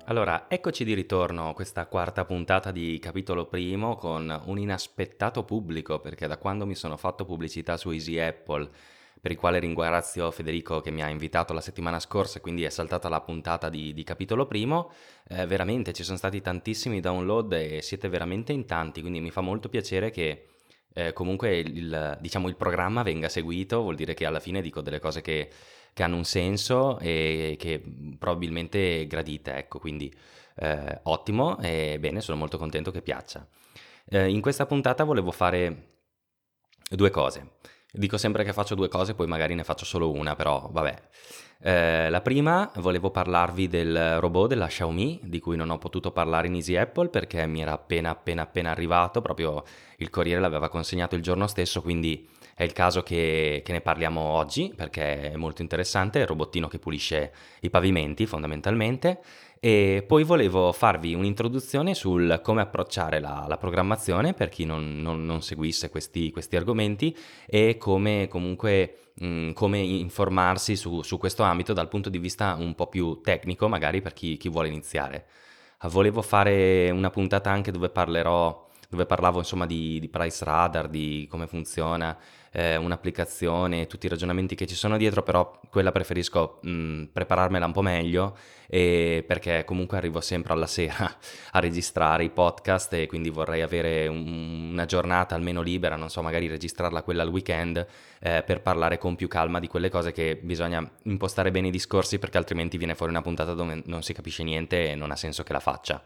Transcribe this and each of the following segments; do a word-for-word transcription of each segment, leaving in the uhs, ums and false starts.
Allora, eccoci di ritorno a questa quarta puntata di Capitolo Primo con un inaspettato pubblico, perché da quando mi sono fatto pubblicità su Easy Apple, per il quale ringrazio Federico che mi ha invitato la settimana scorsa e quindi è saltata la puntata di, di Capitolo Primo, eh, veramente ci sono stati tantissimi download e siete veramente in tanti, quindi mi fa molto piacere che eh, comunque il, il- diciamo, il programma venga seguito, vuol dire che alla fine dico delle cose che che hanno un senso e che mh, probabilmente gradite, ecco, quindi eh, ottimo e bene, sono molto contento che piaccia. Eh, in questa puntata volevo fare due cose. Dico sempre che faccio due cose, poi magari ne faccio solo una, però vabbè. Eh, la prima, volevo parlarvi del robot della Xiaomi, di cui non ho potuto parlare in Easy Apple perché mi era appena appena appena arrivato, proprio il corriere l'aveva consegnato il giorno stesso, quindi è il caso che, che ne parliamo oggi perché è molto interessante, è il robottino che pulisce i pavimenti fondamentalmente. E poi volevo farvi un'introduzione sul come approcciare la, la programmazione per chi non, non- non seguisse questi, questi argomenti e come comunque mh, come informarsi su, su questo ambito dal punto di vista un po' più tecnico, magari per chi, chi vuole iniziare. Ah, volevo fare una puntata anche dove parlerò, dove parlavo insomma di, di Price Radar, di come funziona eh, un'applicazione, tutti i ragionamenti che ci sono dietro, però quella preferisco mh, prepararmela un po' meglio e perché comunque arrivo sempre alla sera a registrare i podcast e quindi vorrei avere un- una giornata almeno libera, non so, magari registrarla quella al weekend eh, per parlare con più calma di quelle cose che bisogna impostare bene i discorsi perché altrimenti viene fuori una puntata dove non si capisce niente e non ha senso che la faccia.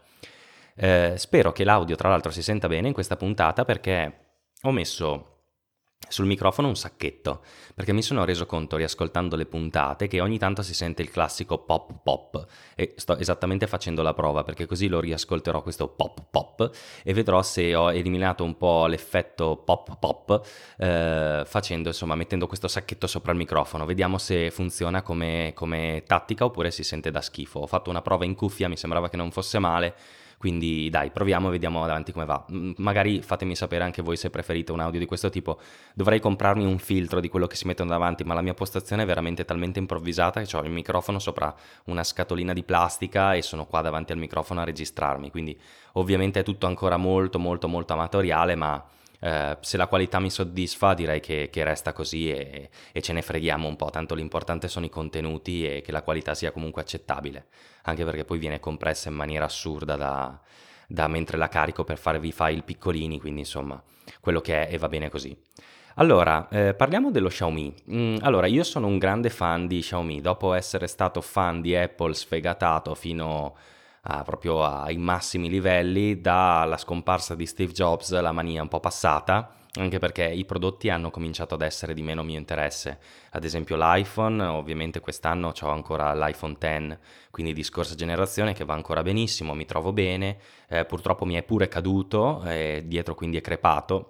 Eh, spero che l'audio tra l'altro si senta bene in questa puntata perché ho messo sul microfono un sacchetto, perché mi sono reso conto riascoltando le puntate che ogni tanto si sente il classico pop pop e sto esattamente facendo la prova perché così lo riascolterò questo pop pop e vedrò se ho eliminato un po' l'effetto pop pop eh, facendo insomma mettendo questo sacchetto sopra il microfono, vediamo se funziona come, come tattica oppure si sente da schifo. Ho fatto una prova in cuffia, mi sembrava che non fosse male, quindi dai, proviamo e vediamo davanti come va. Mm, magari fatemi sapere anche voi se preferite un audio di questo tipo. Dovrei comprarmi un filtro di quello che si mettono davanti, ma la mia postazione è veramente talmente improvvisata che ho il microfono sopra una scatolina di plastica e sono qua davanti al microfono a registrarmi, quindi ovviamente è tutto ancora molto molto molto amatoriale, ma eh, se la qualità mi soddisfa direi che, che resta così e, e ce ne freghiamo un po', tanto l'importante sono i contenuti e che la qualità sia comunque accettabile, anche perché poi viene compressa in maniera assurda da, da mentre la carico per farvi file piccolini, quindi insomma quello che è e va bene così. Allora, eh, parliamo dello Xiaomi. Mm, allora, io sono un grande fan di Xiaomi, dopo essere stato fan di Apple sfegatato fino a, proprio ai massimi livelli, dalla scomparsa di Steve Jobs la mania è un po' passata, anche perché i prodotti hanno cominciato ad essere di meno mio interesse. Ad esempio l'iPhone, ovviamente quest'anno ho ancora l'iPhone X, quindi di scorsa generazione che va ancora benissimo, mi trovo bene, eh, purtroppo mi è pure caduto, eh, dietro quindi è crepato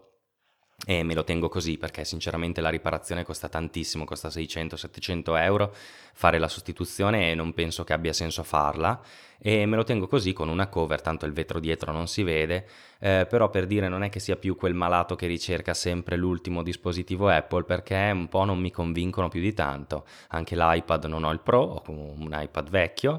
e me lo tengo così perché sinceramente la riparazione costa tantissimo, costa seicento settecento euro fare la sostituzione e non penso che abbia senso farla e me lo tengo così con una cover, tanto il vetro dietro non si vede, eh, però per dire non è che sia più quel malato che ricerca sempre l'ultimo dispositivo Apple perché un po' non mi convincono più di tanto, anche l'iPad non ho il Pro, ho un iPad vecchio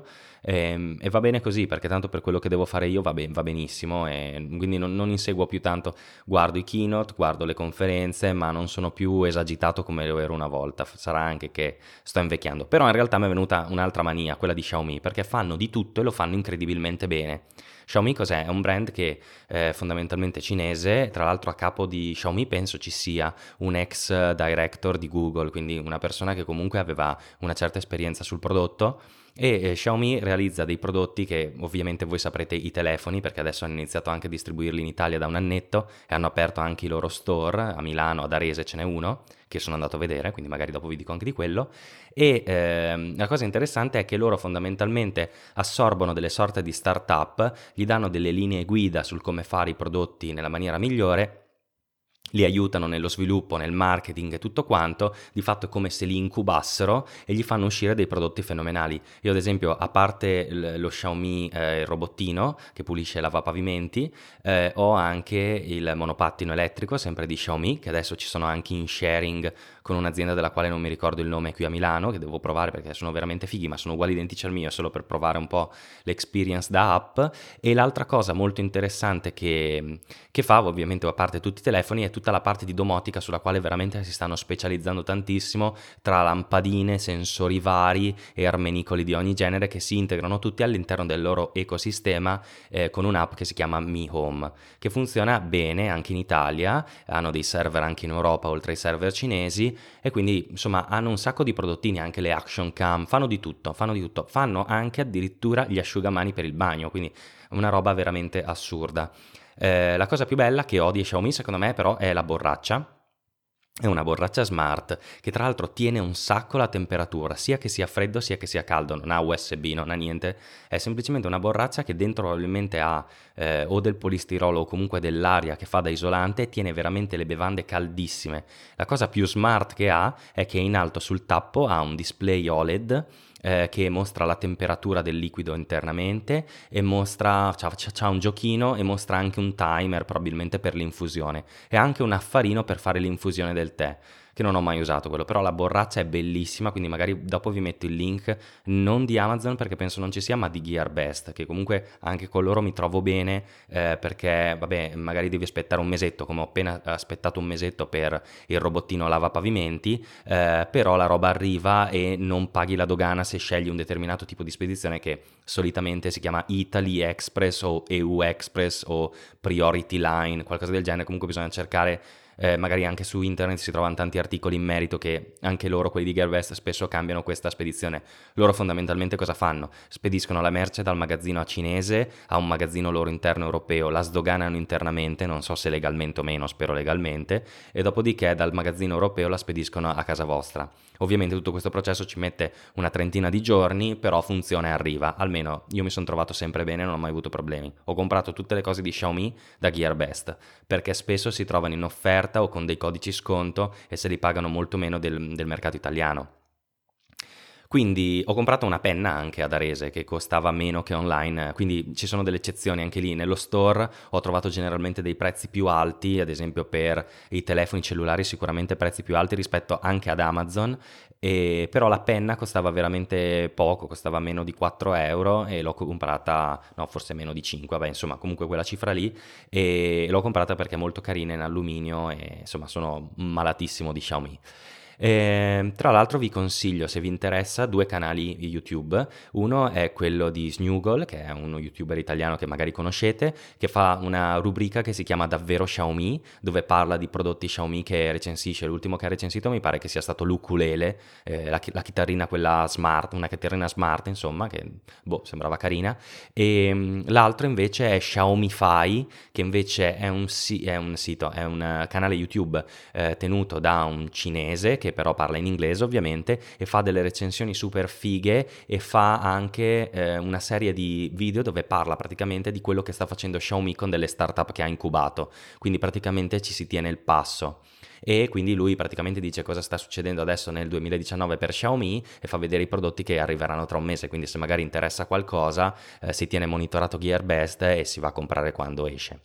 e, e va bene così perché tanto per quello che devo fare io va, ben, va benissimo e quindi non, non inseguo più tanto, guardo i keynote, guardo le conferenze ma non sono più esagitato come lo ero una volta, sarà anche che sto invecchiando, però in realtà mi è venuta un'altra mania, quella di Xiaomi, perché fanno di tutto e lo fanno incredibilmente bene. Xiaomi cos'è? È un brand che è fondamentalmente cinese, tra l'altro a capo di Xiaomi penso ci sia un ex director di Google, quindi una persona che comunque aveva una certa esperienza sul prodotto e eh, Xiaomi realizza dei prodotti che ovviamente voi saprete i telefoni perché adesso hanno iniziato anche a distribuirli in Italia da un annetto e hanno aperto anche i loro store a Milano, ad Arese ce n'è uno che sono andato a vedere, quindi magari dopo vi dico anche di quello e ehm, la cosa interessante è che loro fondamentalmente assorbono delle sorte di start-up, gli danno delle linee guida sul come fare i prodotti nella maniera migliore li aiutano nello sviluppo, nel marketing e tutto quanto, di fatto è come se li incubassero e gli fanno uscire dei prodotti fenomenali. Io ad esempio, a parte l- lo Xiaomi eh, il robottino che pulisce e lavapavimenti, eh, ho anche il monopattino elettrico, sempre di Xiaomi, che adesso ci sono anche in sharing con un'azienda della quale non mi ricordo il nome qui a Milano, che devo provare perché sono veramente fighi, ma sono uguali identici al mio, solo per provare un po' l'experience da app. E l'altra cosa molto interessante che, che fa, ovviamente a parte tutti i telefoni, è tutta la parte di domotica sulla quale veramente si stanno specializzando tantissimo, tra lampadine, sensori vari e armenicoli di ogni genere che si integrano tutti all'interno del loro ecosistema eh, con un'app che si chiama Mi Home, che funziona bene anche in Italia, hanno dei server anche in Europa oltre ai server cinesi e quindi insomma hanno un sacco di prodottini, anche le action cam, fanno di tutto, fanno di tutto, fanno anche addirittura gli asciugamani per il bagno, quindi una roba veramente assurda. Eh, la cosa più bella che ho di Xiaomi secondo me però è la borraccia. È una borraccia smart che tra l'altro tiene un sacco la temperatura, sia che sia freddo sia che sia caldo, non ha U S B, non ha niente, è semplicemente una borraccia che dentro probabilmente ha eh, o del polistirolo o comunque dell'aria che fa da isolante e tiene veramente le bevande caldissime. La cosa più smart che ha è che in alto sul tappo ha un display O L E D eh, che mostra la temperatura del liquido internamente e mostra, c'ha, c'ha un giochino e mostra anche un timer probabilmente per l'infusione e anche un affarino per fare l'infusione del tè, che non ho mai usato quello, però la borraccia è bellissima, quindi magari dopo vi metto il link, non di Amazon perché penso non ci sia, ma di Gearbest, che comunque anche con loro mi trovo bene eh, perché vabbè magari devi aspettare un mesetto, come ho appena aspettato un mesetto per il robottino lavapavimenti, eh, però la roba arriva e non paghi la dogana se scegli un determinato tipo di spedizione che solitamente si chiama Italy Express o E U Express o Priority Line, qualcosa del genere. Comunque bisogna cercare, eh, magari anche su internet si trovano tanti articoli in merito che anche loro, quelli di Gearbest, spesso cambiano questa spedizione. Loro fondamentalmente cosa fanno? Spediscono la merce dal magazzino cinese a un magazzino loro interno europeo, la sdoganano internamente, non so se legalmente o meno, spero legalmente, e dopodiché dal magazzino europeo la spediscono a casa vostra. Ovviamente tutto questo processo ci mette una trentina di giorni, però funziona e arriva. Almeno io mi sono trovato sempre bene, non ho mai avuto problemi. Ho comprato tutte le cose di Xiaomi da Gearbest, perché spesso si trovano in offerta o con dei codici sconto e se li pagano molto meno del, del mercato italiano. Quindi ho comprato una penna anche ad Arese che costava meno che online, quindi ci sono delle eccezioni anche lì. Nello store ho trovato generalmente dei prezzi più alti, ad esempio per i telefoni cellulari sicuramente prezzi più alti rispetto anche ad Amazon, e però la penna costava veramente poco, costava meno di quattro euro e l'ho comprata, no forse meno di cinque, vabbè insomma comunque quella cifra lì, e l'ho comprata perché è molto carina in alluminio e insomma sono malatissimo di Xiaomi. E, tra l'altro vi consiglio, se vi interessa, due canali YouTube. Uno è quello di Snuggle, che è uno youtuber italiano che magari conoscete, che fa una rubrica che si chiama Davvero Xiaomi, dove parla di prodotti Xiaomi che recensisce. L'ultimo che ha recensito mi pare che sia stato l'ukulele, eh, la, la chitarrina quella smart, una chitarrina smart insomma, che boh, sembrava carina. E um, l'altro invece è Xiaomify, che invece è un, si- è un sito, è un uh, canale YouTube eh, tenuto da un cinese che però parla in inglese ovviamente e fa delle recensioni super fighe e fa anche eh, una serie di video dove parla praticamente di quello che sta facendo Xiaomi con delle startup che ha incubato, quindi praticamente ci si tiene il passo. E quindi lui praticamente dice cosa sta succedendo adesso nel duemiladiciannove per Xiaomi e fa vedere i prodotti che arriveranno tra un mese, quindi se magari interessa qualcosa eh, si tiene monitorato Gearbest e si va a comprare quando esce.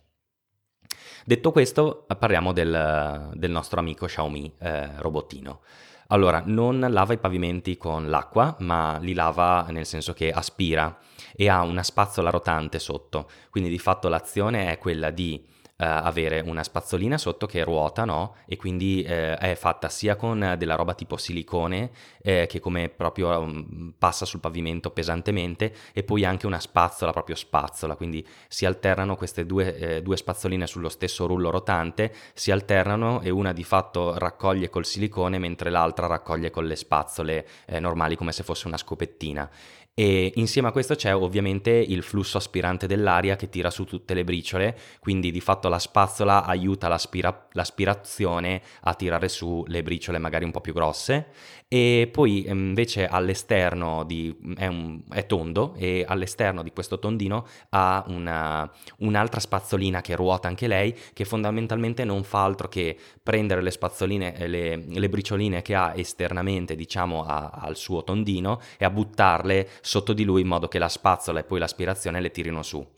Detto questo, parliamo del, del nostro amico Xiaomi eh, robottino. Allora, non lava i pavimenti con l'acqua, ma li lava nel senso che aspira e ha una spazzola rotante sotto, quindi di fatto l'azione è quella di Uh, avere una spazzolina sotto che ruota, no? E quindi eh, è fatta sia con della roba tipo silicone eh, che come proprio um, passa sul pavimento pesantemente e poi anche una spazzola, proprio spazzola, quindi si alternano queste due, eh, due spazzoline sullo stesso rullo rotante, si alternano e una di fatto raccoglie col silicone mentre l'altra raccoglie con le spazzole eh, normali come se fosse una scopettina. E insieme a questo c'è ovviamente il flusso aspirante dell'aria che tira su tutte le briciole, quindi di fatto la spazzola aiuta l'aspira- l'aspirazione a tirare su le briciole magari un po' più grosse, e poi invece all'esterno di, è, un, è tondo, e all'esterno di questo tondino ha una, un'altra spazzolina che ruota anche lei, che fondamentalmente non fa altro che prendere le spazzoline, le, le bricioline che ha esternamente, diciamo, a, al suo tondino, e a buttarle sotto di lui in modo che la spazzola e poi l'aspirazione le tirino su.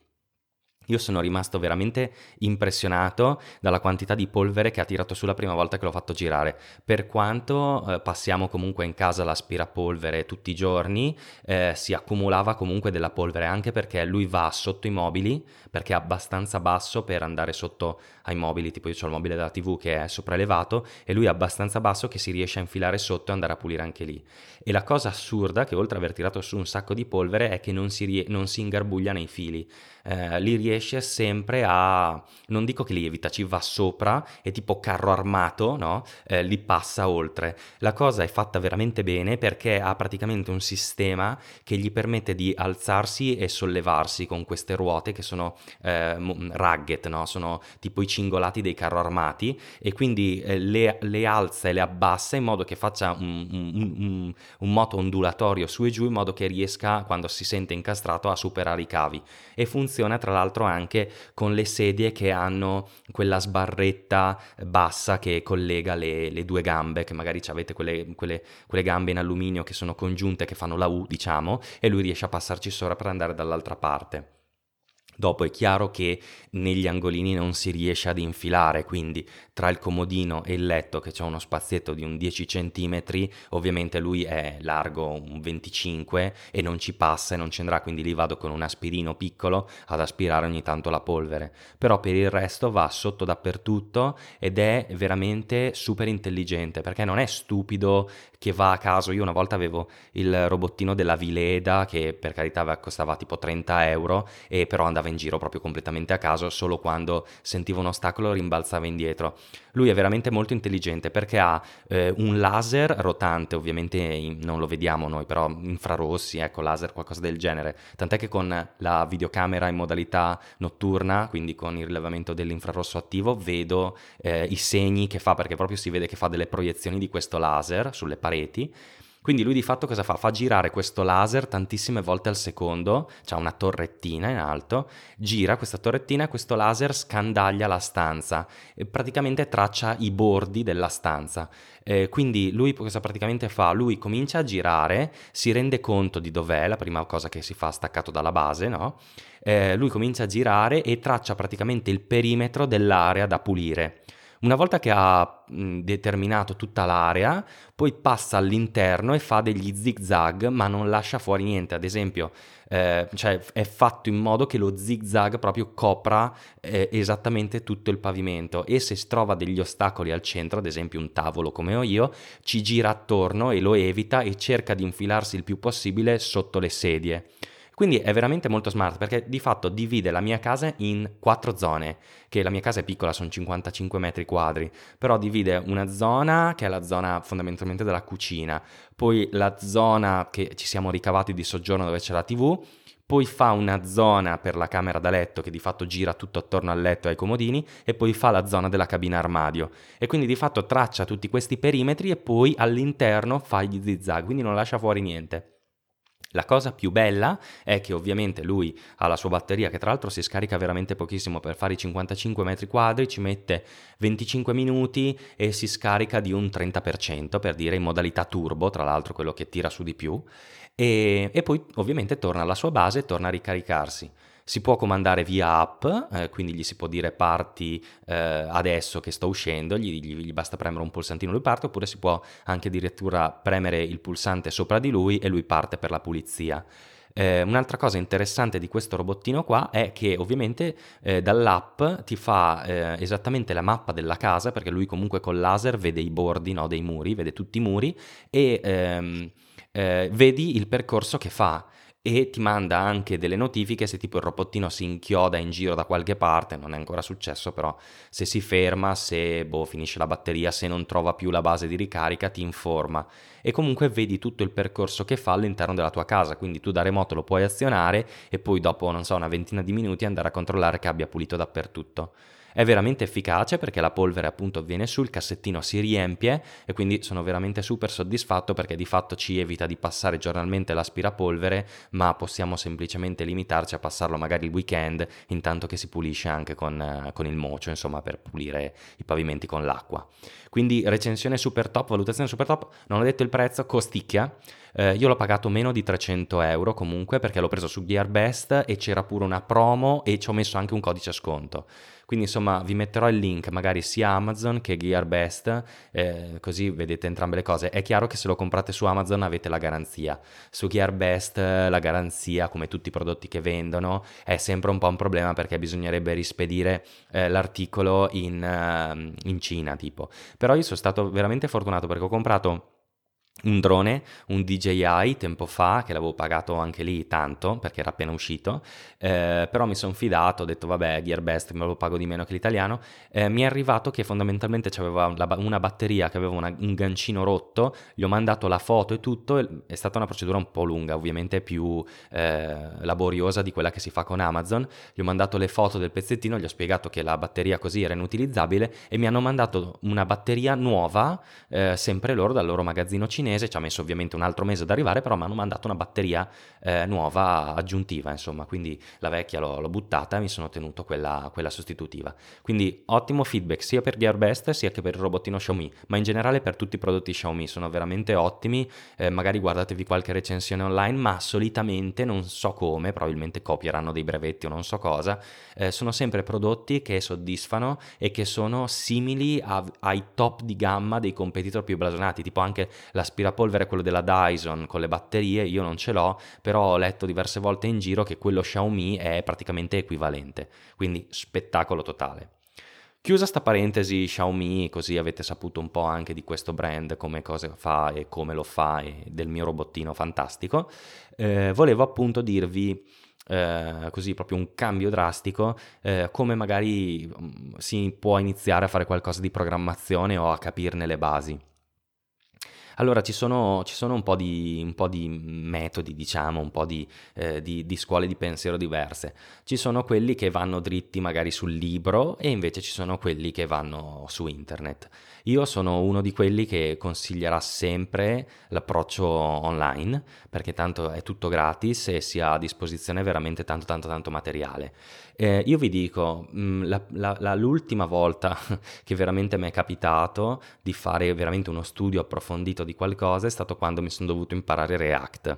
Io sono rimasto veramente impressionato dalla quantità di polvere che ha tirato su la prima volta che l'ho fatto girare. Per quanto eh, passiamo comunque in casa l'aspirapolvere tutti i giorni, eh, si accumulava comunque della polvere, anche perché lui va sotto i mobili, perché è abbastanza basso per andare sotto ai mobili, tipo io ho il mobile della tivù che è sopraelevato, e lui è abbastanza basso che si riesce a infilare sotto e andare a pulire anche lì. E la cosa assurda, che oltre ad aver tirato su un sacco di polvere, è che non si, rie- non si ingarbuglia nei fili. Eh, li riesce sempre a, non dico che li evita, ci va sopra e tipo carro armato, no? Eh, li passa oltre. La cosa è fatta veramente bene, perché ha praticamente un sistema che gli permette di alzarsi e sollevarsi con queste ruote che sono eh, rugged, no? Sono tipo i cingolati dei carro armati, e quindi eh, le, le alza e le abbassa in modo che faccia un, un, un, un moto ondulatorio su e giù, in modo che riesca, quando si sente incastrato, a superare i cavi. E funziona tra l'altro anche con le sedie che hanno quella sbarretta bassa che collega le, le due gambe, che magari avete quelle, quelle, quelle gambe in alluminio che sono congiunte, che fanno la U, diciamo, e lui riesce a passarci sopra per andare dall'altra parte. Dopo è chiaro che negli angolini non si riesce ad infilare, quindi tra il comodino e il letto, che c'è uno spazietto di un dieci centimetri, ovviamente lui è largo un venticinque e non ci passa e non ci andrà, quindi lì vado con un aspirino piccolo ad aspirare ogni tanto la polvere. Però per il resto va sotto dappertutto ed è veramente super intelligente, perché non è stupido che va a caso. Io una volta avevo il robottino della Vileda, che per carità costava tipo trenta euro, e però andava in giro proprio completamente a caso, solo quando sentiva un ostacolo rimbalzava indietro. Lui è veramente molto intelligente, perché ha eh, un laser rotante, ovviamente in, non lo vediamo noi, però infrarossi, ecco, laser, qualcosa del genere, tant'è che con la videocamera in modalità notturna, quindi con il rilevamento dell'infrarosso attivo, vedo eh, i segni che fa, perché proprio si vede che fa delle proiezioni di questo laser sulle pareti. Quindi lui di fatto cosa fa? Fa girare questo laser tantissime volte al secondo, c'ha una torrettina in alto, gira questa torrettina e questo laser scandaglia la stanza e praticamente traccia i bordi della stanza. Eh, quindi lui cosa praticamente fa? Lui comincia a girare, si rende conto di dov'è, la prima cosa che si fa staccato dalla base, no? Eh, lui comincia a girare e traccia praticamente il perimetro dell'area da pulire. Una volta che ha mh, determinato tutta l'area, poi passa all'interno e fa degli zigzag, ma non lascia fuori niente. Ad esempio, eh, cioè è fatto in modo che lo zigzag proprio copra eh, esattamente tutto il pavimento, e se si trova degli ostacoli al centro, ad esempio un tavolo come ho io, ci gira attorno e lo evita e cerca di infilarsi il più possibile sotto le sedie. Quindi è veramente molto smart, perché di fatto divide la mia casa in quattro zone, che la mia casa è piccola, sono cinquantacinque metri quadri, però divide una zona che è la zona fondamentalmente della cucina, poi la zona che ci siamo ricavati di soggiorno dove c'è la tivù, poi fa una zona per la camera da letto che di fatto gira tutto attorno al letto e ai comodini, e poi fa la zona della cabina armadio, e quindi di fatto traccia tutti questi perimetri e poi all'interno fa gli zigzag, quindi non lascia fuori niente. La cosa più bella è che ovviamente lui ha la sua batteria, che tra l'altro si scarica veramente pochissimo. Per fare i cinquantacinque metri quadri ci mette venticinque minuti e si scarica di un trenta per cento, per dire, in modalità turbo, tra l'altro quello che tira su di più, e, e poi ovviamente torna alla sua base e torna a ricaricarsi. Si può comandare via app, eh, quindi gli si può dire parti eh, adesso che sto uscendo, gli, gli, gli basta premere un pulsantino e lui parte, oppure si può anche addirittura premere il pulsante sopra di lui e lui parte per la pulizia. Eh, un'altra cosa interessante di questo robottino qua è che ovviamente eh, dall'app ti fa eh, esattamente la mappa della casa, perché lui comunque col laser vede i bordi, no, dei muri, vede tutti i muri, e ehm, eh, vedi il percorso che fa. E ti manda anche delle notifiche se tipo il robottino si inchioda in giro da qualche parte, non è ancora successo, però se si ferma, se boh, finisce la batteria, se non trova più la base di ricarica, ti informa. E comunque vedi tutto il percorso che fa all'interno della tua casa, quindi tu da remoto lo puoi azionare e poi dopo, non so, una ventina di minuti andare a controllare che abbia pulito dappertutto. È veramente efficace perché la polvere appunto viene su, il cassettino si riempie e quindi sono veramente super soddisfatto perché di fatto ci evita di passare giornalmente l'aspirapolvere, ma possiamo semplicemente limitarci a passarlo magari il weekend, intanto che si pulisce anche con, eh, con il mocio, insomma, per pulire i pavimenti con l'acqua. Quindi recensione super top, valutazione super top, non ho detto il prezzo, costicchia. Eh, io l'ho pagato meno di trecento euro comunque perché l'ho preso su GearBest e c'era pure una promo e ci ho messo anche un codice sconto. Quindi insomma vi metterò il link magari sia Amazon che GearBest, eh, così vedete entrambe le cose. È chiaro che se lo comprate su Amazon avete la garanzia, su GearBest la garanzia, come tutti i prodotti che vendono, è sempre un po' un problema perché bisognerebbe rispedire eh, l'articolo in, uh, in Cina tipo. Però io sono stato veramente fortunato perché ho comprato un drone, un D J I tempo fa, che l'avevo pagato anche lì tanto perché era appena uscito, eh, però mi sono fidato, ho detto vabbè GearBest me lo pago di meno che l'italiano. Eh, mi è arrivato che fondamentalmente c'aveva la- una batteria che aveva una- un gancino rotto, gli ho mandato la foto e tutto, e- è stata una procedura un po' lunga, ovviamente più eh, laboriosa di quella che si fa con Amazon. Gli ho mandato le foto del pezzettino, gli ho spiegato che la batteria così era inutilizzabile e mi hanno mandato una batteria nuova, eh, sempre loro dal loro magazzino cinese. Ci ha messo ovviamente un altro mese ad arrivare, però mi hanno mandato una batteria eh, nuova aggiuntiva, insomma, quindi la vecchia l'ho, l'ho buttata e mi sono tenuto quella, quella sostitutiva. Quindi ottimo feedback sia per GearBest sia che per il robottino Xiaomi, ma in generale per tutti i prodotti Xiaomi sono veramente ottimi. Eh, magari guardatevi qualche recensione online, ma solitamente non so come, probabilmente copieranno dei brevetti o non so cosa, eh, sono sempre prodotti che soddisfano e che sono simili a- ai top di gamma dei competitor più blasonati, tipo anche l'aspirapolvere, quello della Dyson con le batterie, io non ce l'ho, però ho letto diverse volte in giro che quello Xiaomi è praticamente equivalente, quindi spettacolo totale. Chiusa sta parentesi Xiaomi, così avete saputo un po' anche di questo brand, come cosa fa e come lo fa e del mio robottino fantastico, eh, volevo appunto dirvi eh, così proprio un cambio drastico, eh, come magari mm, si può iniziare a fare qualcosa di programmazione o a capirne le basi. Allora, ci sono, ci sono un po' di, un po' di metodi, diciamo, un po' di, eh, di- di scuole di pensiero diverse. Ci sono quelli che vanno dritti magari sul libro e invece ci sono quelli che vanno su internet. Io sono uno di quelli che consiglierà sempre l'approccio online, perché tanto è tutto gratis e si ha a disposizione veramente tanto tanto tanto materiale. Eh, io vi dico, mh, la- la- la- l'ultima volta che veramente mi è capitato di fare veramente uno studio approfondito di qualcosa è stato quando mi sono dovuto imparare React.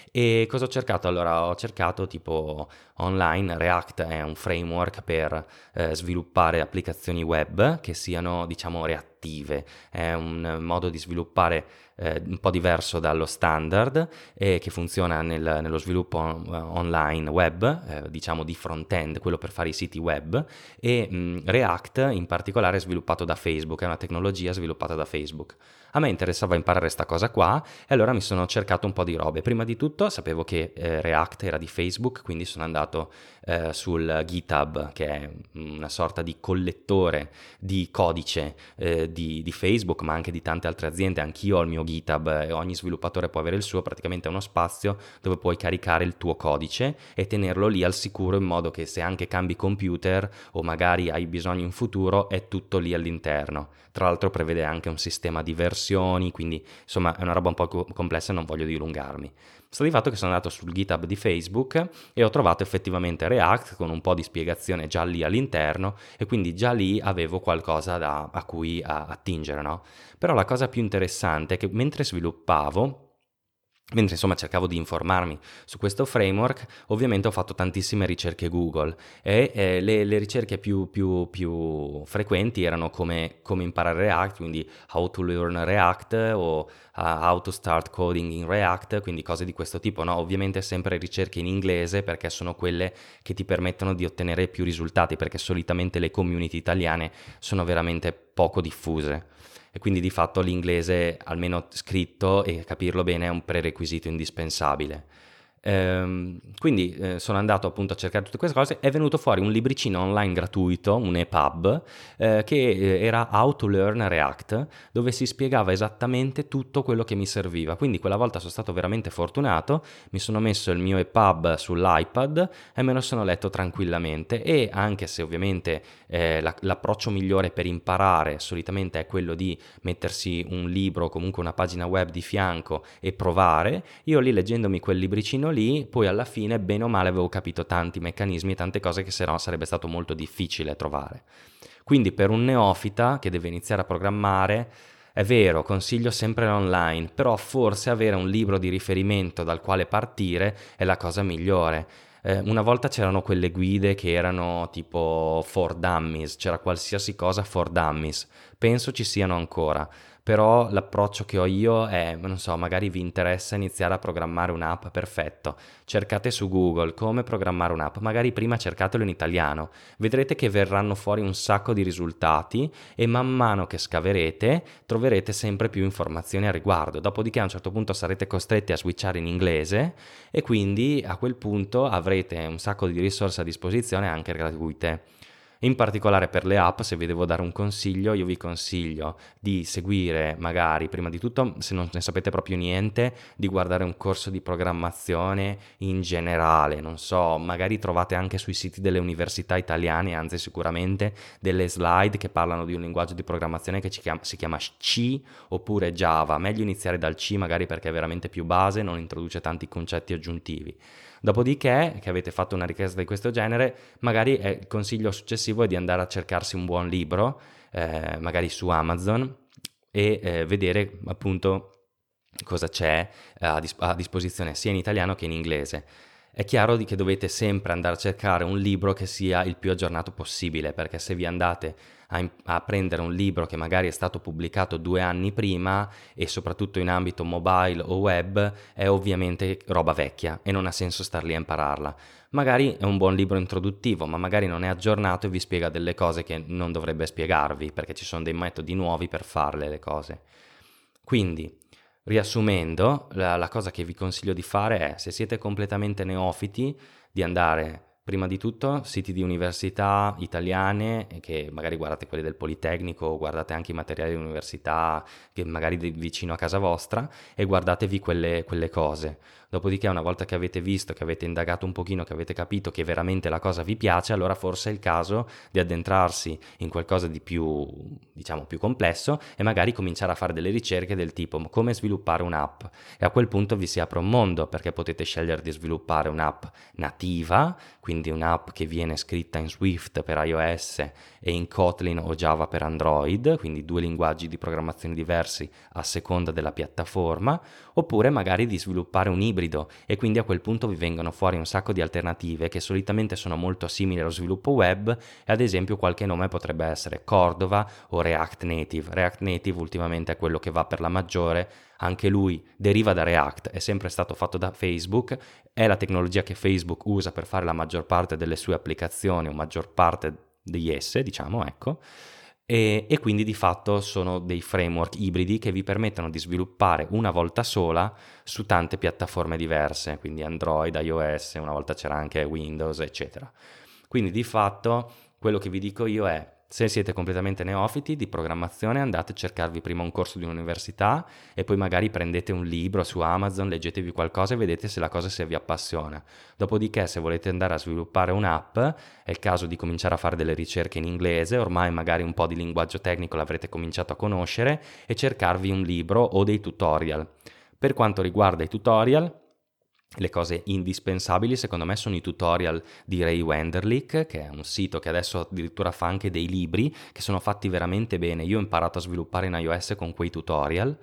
E cosa ho cercato? Allora, ho cercato tipo online. React è un framework per eh, sviluppare applicazioni web che siano, diciamo, reattive. È un modo di sviluppare eh, un po' diverso dallo standard e che funziona nel- nello sviluppo eh, online web, eh, diciamo di front-end, quello per fare i siti web. E mh, React in particolare è sviluppato da Facebook, è una tecnologia sviluppata da Facebook. A me interessava imparare sta cosa qua e allora mi sono cercato un po' di robe. Prima di tutto sapevo che eh, React era di Facebook, quindi sono andato eh, sul GitHub, che è una sorta di collettore di codice eh, di, di Facebook, ma anche di tante altre aziende. Anch'io ho il mio GitHub e ogni sviluppatore può avere il suo. Praticamente è uno spazio dove puoi caricare il tuo codice e tenerlo lì al sicuro, in modo che se anche cambi computer o magari hai bisogno in futuro è tutto lì all'interno. Tra l'altro prevede anche un sistema di versioni, quindi insomma è una roba un po' co- complessa e non voglio dilungarmi. Sta di fatto che sono andato sul GitHub di Facebook e ho trovato effettivamente React con un po' di spiegazione già lì all'interno, e quindi già lì avevo qualcosa da, a cui a- attingere, no? Però la cosa più interessante è che mentre sviluppavo, mentre insomma cercavo di informarmi su questo framework, ovviamente ho fatto tantissime ricerche Google e eh, le, le ricerche più, più- più frequenti erano come, come imparare React, quindi how to learn React o uh, how to start coding in React, quindi cose di questo tipo, no? Ovviamente sempre ricerche in inglese perché sono quelle che ti permettono di ottenere più risultati, perché solitamente le community italiane sono veramente poco diffuse. E quindi di fatto l'inglese, almeno scritto e capirlo bene, è un prerequisito indispensabile. Ehm, quindi eh, sono andato appunto a cercare tutte queste cose, è venuto fuori un libricino online gratuito, un EPUB, eh, che eh, era How to Learn React, dove si spiegava esattamente tutto quello che mi serviva. Quindi quella volta sono stato veramente fortunato, mi sono messo il mio EPUB sull'iPad e me lo sono letto tranquillamente, e anche se ovviamente eh, la, l'approccio migliore per imparare solitamente è quello di mettersi un libro o comunque una pagina web di fianco e provare, io lì leggendomi quel libricino lì, poi alla fine bene o male avevo capito tanti meccanismi e tante cose che se no sarebbe stato molto difficile trovare. Quindi per un neofita che deve iniziare a programmare, è vero, consiglio sempre l'online, però forse avere un libro di riferimento dal quale partire è la cosa migliore. Eh, una volta c'erano quelle guide che erano tipo for dummies, c'era qualsiasi cosa for dummies, penso ci siano ancora. Però l'approccio che ho io è, non so, magari vi interessa iniziare a programmare un'app, perfetto, cercate su Google come programmare un'app, magari prima cercatelo in italiano, vedrete che verranno fuori un sacco di risultati e man mano che scaverete troverete sempre più informazioni a riguardo, dopodiché a un certo punto sarete costretti a switchare in inglese e quindi a quel punto avrete un sacco di risorse a disposizione anche gratuite. In particolare per le app, se vi devo dare un consiglio, io vi consiglio di seguire magari, prima di tutto, se non ne sapete proprio niente, di guardare un corso di programmazione in generale, non so, magari trovate anche sui siti delle università italiane, anzi sicuramente, delle slide che parlano di un linguaggio di programmazione che si chiama, si chiama C oppure Java. Meglio iniziare dal C magari perché è veramente più base, non introduce tanti concetti aggiuntivi. Dopodiché, che avete fatto una richiesta di questo genere, magari eh, il consiglio successivo è di andare a cercarsi un buon libro, eh, magari su Amazon, e eh, vedere appunto cosa c'è a, dis- a disposizione sia in italiano che in inglese. È chiaro di che dovete sempre andare a cercare un libro che sia il più aggiornato possibile, perché se vi andate a, a prendere un libro che magari è stato pubblicato due anni prima e soprattutto in ambito mobile o web, è ovviamente roba vecchia e non ha senso star lì a impararla. Magari è un buon libro introduttivo, ma magari non è aggiornato e vi spiega delle cose che non dovrebbe spiegarvi, perché ci sono dei metodi nuovi per farle le cose. Quindi, riassumendo, la, la cosa che vi consiglio di fare è, se siete completamente neofiti, di andare prima di tutto siti di università italiane, che magari guardate quelli del Politecnico o guardate anche i materiali di università che magari di vicino a casa vostra, e guardatevi quelle, quelle cose. Dopodiché, una volta che avete visto, che avete indagato un pochino, che avete capito che veramente la cosa vi piace, allora forse è il caso di addentrarsi in qualcosa di più, diciamo, più complesso e magari cominciare a fare delle ricerche del tipo come sviluppare un'app. E a quel punto vi si apre un mondo, perché potete scegliere di sviluppare un'app nativa, quindi un'app che viene scritta in Swift per iOS e in Kotlin o Java per Android, quindi due linguaggi di programmazione diversi a seconda della piattaforma, oppure magari di sviluppare un ibrido, e quindi a quel punto vi vengono fuori un sacco di alternative che solitamente sono molto simili allo sviluppo web, e ad esempio qualche nome potrebbe essere Cordova o React Native. React Native ultimamente è quello che va per la maggiore, anche lui deriva da React, è sempre stato fatto da Facebook, è la tecnologia che Facebook usa per fare la maggior parte delle sue applicazioni o maggior parte di esse, diciamo, ecco. E, e quindi di fatto sono dei framework ibridi che vi permettono di sviluppare una volta sola su tante piattaforme diverse, quindi Android, iOS, una volta c'era anche Windows, eccetera. Quindi di fatto quello che vi dico io è: se siete completamente neofiti di programmazione, andate a cercarvi prima un corso di un'università e poi magari prendete un libro su Amazon, leggetevi qualcosa e vedete se la cosa se vi appassiona. Dopodiché, se volete andare a sviluppare un'app, è il caso di cominciare a fare delle ricerche in inglese, ormai magari un po' di linguaggio tecnico l'avrete cominciato a conoscere, e cercarvi un libro o dei tutorial. Per quanto riguarda i tutorial, le cose indispensabili secondo me sono i tutorial di Ray Wenderlich, che è un sito che adesso addirittura fa anche dei libri che sono fatti veramente bene. Io ho imparato a sviluppare in iOS con quei tutorial,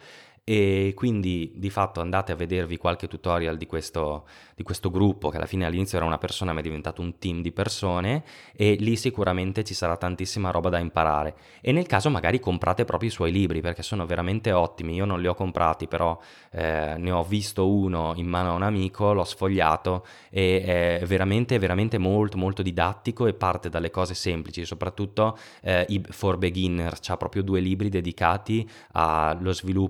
e quindi di fatto andate a vedervi qualche tutorial di questo, di questo gruppo, che alla fine all'inizio era una persona ma è diventato un team di persone, e lì sicuramente ci sarà tantissima roba da imparare. E nel caso magari comprate proprio i suoi libri, perché sono veramente ottimi. Io non li ho comprati, però eh, ne ho visto uno in mano a un amico, l'ho sfogliato e è veramente veramente molto molto didattico e parte dalle cose semplici, soprattutto eh, for beginner. C'ha proprio due libri dedicati allo sviluppo per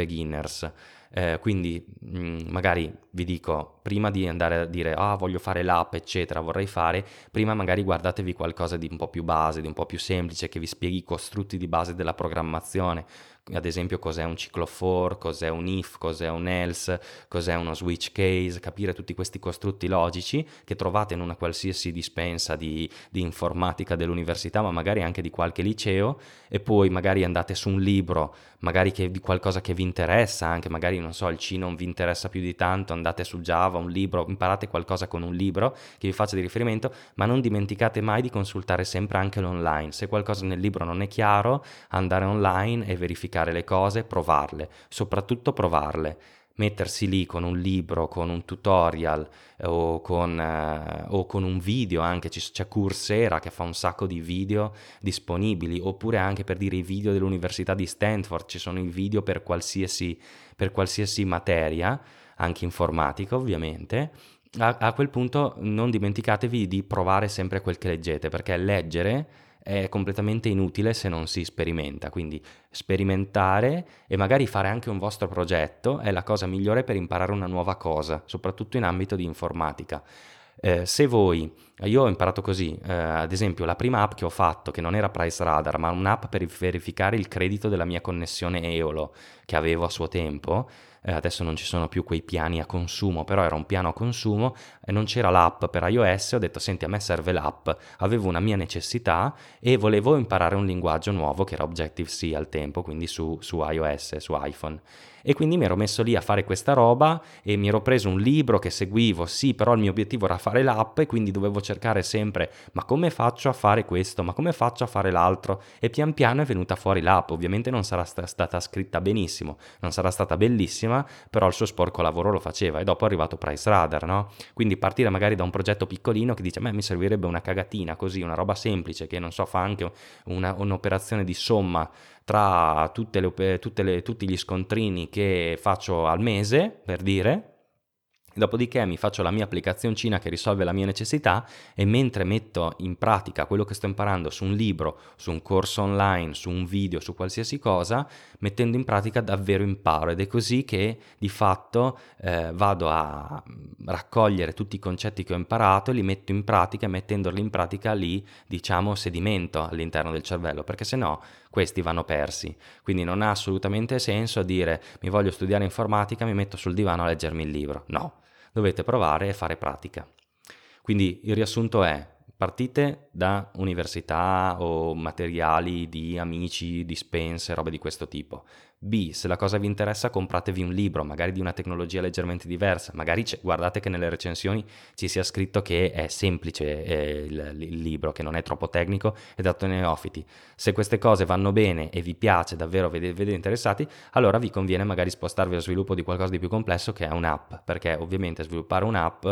beginners. Eh, quindi mh, magari vi dico, prima di andare a dire ah voglio fare l'app eccetera, vorrei fare, prima magari guardatevi qualcosa di un po' più base, di un po' più semplice, che vi spieghi i costrutti di base della programmazione, ad esempio cos'è un ciclo for, cos'è un if, cos'è un else, cos'è uno switch case, capire tutti questi costrutti logici che trovate in una qualsiasi dispensa di, di informatica dell'università, ma magari anche di qualche liceo, e poi magari andate su un libro, magari che, di qualcosa che vi interessa, anche magari non so il C non vi interessa più di tanto, andate su Java, un libro, imparate qualcosa con un libro che vi faccia di riferimento, ma non dimenticate mai di consultare sempre anche l'online. Se qualcosa nel libro non è chiaro, andare online e verificare le cose, provarle, soprattutto provarle. Mettersi lì con un libro, con un tutorial eh, o, con, eh, o con un video, anche c'è Coursera che fa un sacco di video disponibili, oppure anche per dire i video dell'Università di Stanford, ci sono i video per qualsiasi, per qualsiasi materia, anche informatica ovviamente. A, a quel punto non dimenticatevi di provare sempre quel che leggete, perché leggere è completamente inutile se non si sperimenta, quindi sperimentare e magari fare anche un vostro progetto è la cosa migliore per imparare una nuova cosa, soprattutto in ambito di informatica. Eh, se voi, io ho imparato così, eh, ad esempio la prima app che ho fatto, che non era Price Radar, ma un'app per verificare il credito della mia connessione Eolo che avevo a suo tempo, eh, adesso non ci sono più quei piani a consumo, però era un piano a consumo e non c'era l'app per iOS, ho detto senti a me serve l'app, avevo una mia necessità e volevo imparare un linguaggio nuovo che era Objective-C al tempo, quindi su, su iOS, su iPhone. E quindi mi ero messo lì a fare questa roba e mi ero preso un libro che seguivo, sì, però il mio obiettivo era fare l'app e quindi dovevo cercare sempre ma come faccio a fare questo, ma come faccio a fare l'altro, e pian piano è venuta fuori l'app. Ovviamente non sarà sta- stata scritta benissimo, non sarà stata bellissima, però il suo sporco lavoro lo faceva, e dopo è arrivato Price Radar, no? Quindi partire magari da un progetto piccolino che dice a me mi servirebbe una cagatina così, una roba semplice che non so fa anche una, un'operazione di somma tra tutte le, tutte le, tutti gli scontrini che faccio al mese, per dire. Dopodiché mi faccio la mia applicazioncina che risolve la mia necessità, e mentre metto in pratica quello che sto imparando su un libro, su un corso online, su un video, su qualsiasi cosa, mettendo in pratica davvero imparo, ed è così che di fatto eh, vado a raccogliere tutti i concetti che ho imparato e li metto in pratica, e mettendoli in pratica lì, diciamo, sedimento all'interno del cervello, perché se no questi vanno persi. Quindi non ha assolutamente senso dire mi voglio studiare informatica, mi metto sul divano a leggermi il libro. No, dovete provare e fare pratica. Quindi il riassunto è: partite da università o materiali di amici, dispense, robe di questo tipo. B, se la cosa vi interessa, compratevi un libro, magari di una tecnologia leggermente diversa, magari guardate che nelle recensioni ci sia scritto che è semplice eh, il, il libro, che non è troppo tecnico e dato ai neofiti. Se queste cose vanno bene e vi piace davvero, vedete, vedete interessati, allora vi conviene magari spostarvi allo sviluppo di qualcosa di più complesso, che è un'app, perché ovviamente sviluppare un'app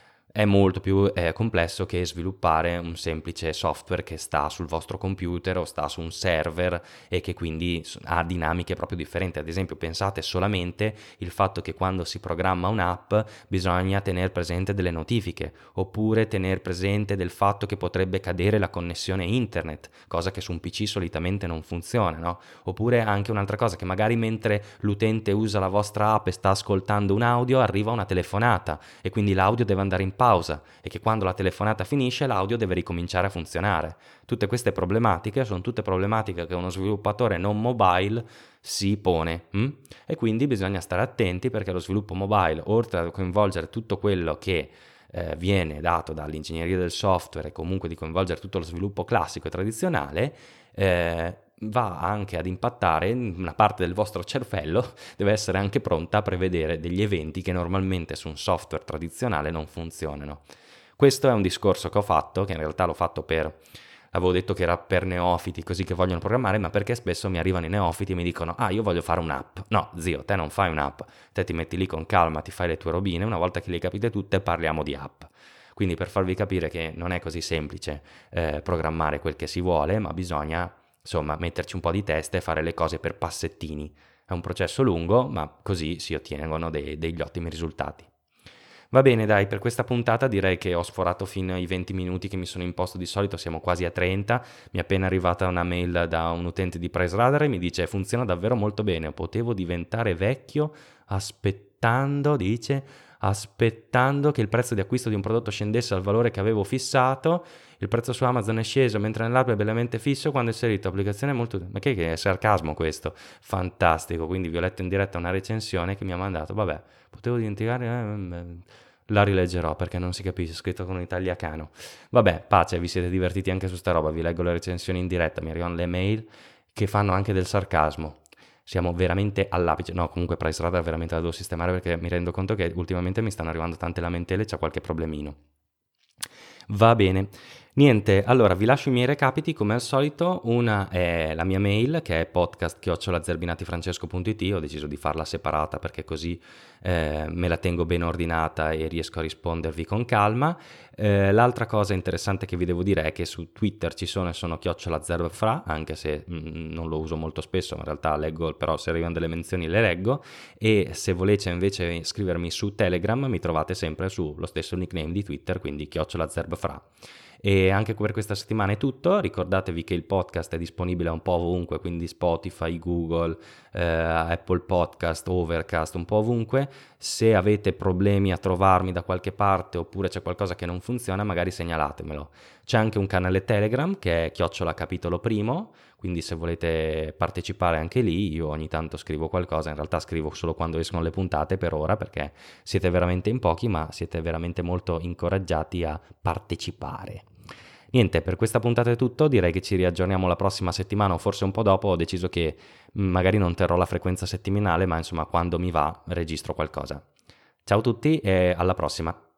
è molto più eh, complesso che sviluppare un semplice software che sta sul vostro computer o sta su un server e che quindi ha dinamiche proprio differenti. Ad esempio, pensate solamente il fatto che quando si programma un'app bisogna tenere presente delle notifiche, oppure tenere presente del fatto che potrebbe cadere la connessione internet, cosa che su un P C solitamente non funziona, no? Oppure anche un'altra cosa, che magari mentre l'utente usa la vostra app e sta ascoltando un audio, arriva una telefonata e quindi l'audio deve andare in pausa, e che quando la telefonata finisce l'audio deve ricominciare a funzionare. Tutte queste problematiche sono tutte problematiche che uno sviluppatore non mobile si pone hm? E quindi bisogna stare attenti, perché lo sviluppo mobile, oltre a coinvolgere tutto quello che eh, viene dato dall'ingegneria del software e comunque di coinvolgere tutto lo sviluppo classico e tradizionale, eh, va anche ad impattare una parte del vostro cervello, deve essere anche pronta a prevedere degli eventi che normalmente su un software tradizionale non funzionano. Questo è un discorso che ho fatto, che in realtà l'ho fatto per, avevo detto che era per neofiti, così che vogliono programmare, ma perché spesso mi arrivano i neofiti e mi dicono ah io voglio fare un'app. No zio, te non fai un'app, te ti metti lì con calma, ti fai le tue robine, una volta che le capite tutte parliamo di app. Quindi per farvi capire che non è così semplice eh, programmare quel che si vuole, ma bisogna insomma metterci un po' di testa e fare le cose per passettini. È un processo lungo, ma così si ottengono dei, degli ottimi risultati. Va bene, dai, per questa puntata direi che ho sforato fino ai venti minuti che mi sono imposto di solito, siamo quasi a trenta. Mi è appena arrivata una mail da un utente di PriceRadar e mi dice funziona davvero molto bene, potevo diventare vecchio aspettando, dice, aspettando che il prezzo di acquisto di un prodotto scendesse al valore che avevo fissato. Il prezzo su Amazon è sceso mentre nell'app è bellamente fisso quando è salito. Applicazione molto... Ma che, che è sarcasmo questo? Fantastico. Quindi vi ho letto in diretta una recensione che mi ha mandato. Vabbè, potevo dimenticare... Eh, la rileggerò perché non si capisce, scritto con un italiano. Vabbè, pace, vi siete divertiti anche su sta roba. Vi leggo le recensioni in diretta, mi arrivano le mail che fanno anche del sarcasmo. Siamo veramente all'apice. No, comunque PriceRadar veramente la devo sistemare perché mi rendo conto che ultimamente mi stanno arrivando tante lamentele e c'è qualche problemino. Va bene. Niente, allora vi lascio i miei recapiti come al solito. Una è la mia mail che è podcast chiocciola zerbinatifrancesco punto it. Ho deciso di farla separata perché così eh, me la tengo ben ordinata e riesco a rispondervi con calma. Eh, l'altra cosa interessante che vi devo dire è che su Twitter ci sono e sono chiocciola zerbfra, anche se mh, non lo uso molto spesso, in realtà leggo, però se arrivano delle menzioni le leggo. E se volete invece scrivermi su Telegram mi trovate sempre sullo stesso nickname di Twitter, quindi chiocciola zerbfra. E anche per questa settimana è tutto. Ricordatevi che il podcast è disponibile un po' ovunque, quindi Spotify, Google, eh, Apple Podcast, Overcast, un po' ovunque. Se avete problemi a trovarmi da qualche parte oppure c'è qualcosa che non funziona, magari segnalatemelo. C'è anche un canale Telegram che è chiocciola capitolo primo, quindi se volete partecipare anche lì, io ogni tanto scrivo qualcosa, in realtà scrivo solo quando escono le puntate per ora perché siete veramente in pochi, ma siete veramente molto incoraggiati a partecipare. Niente, per questa puntata è tutto, direi che ci riaggiorniamo la prossima settimana o forse un po' dopo. Ho deciso che magari non terrò la frequenza settimanale, ma insomma quando mi va registro qualcosa. Ciao a tutti e alla prossima!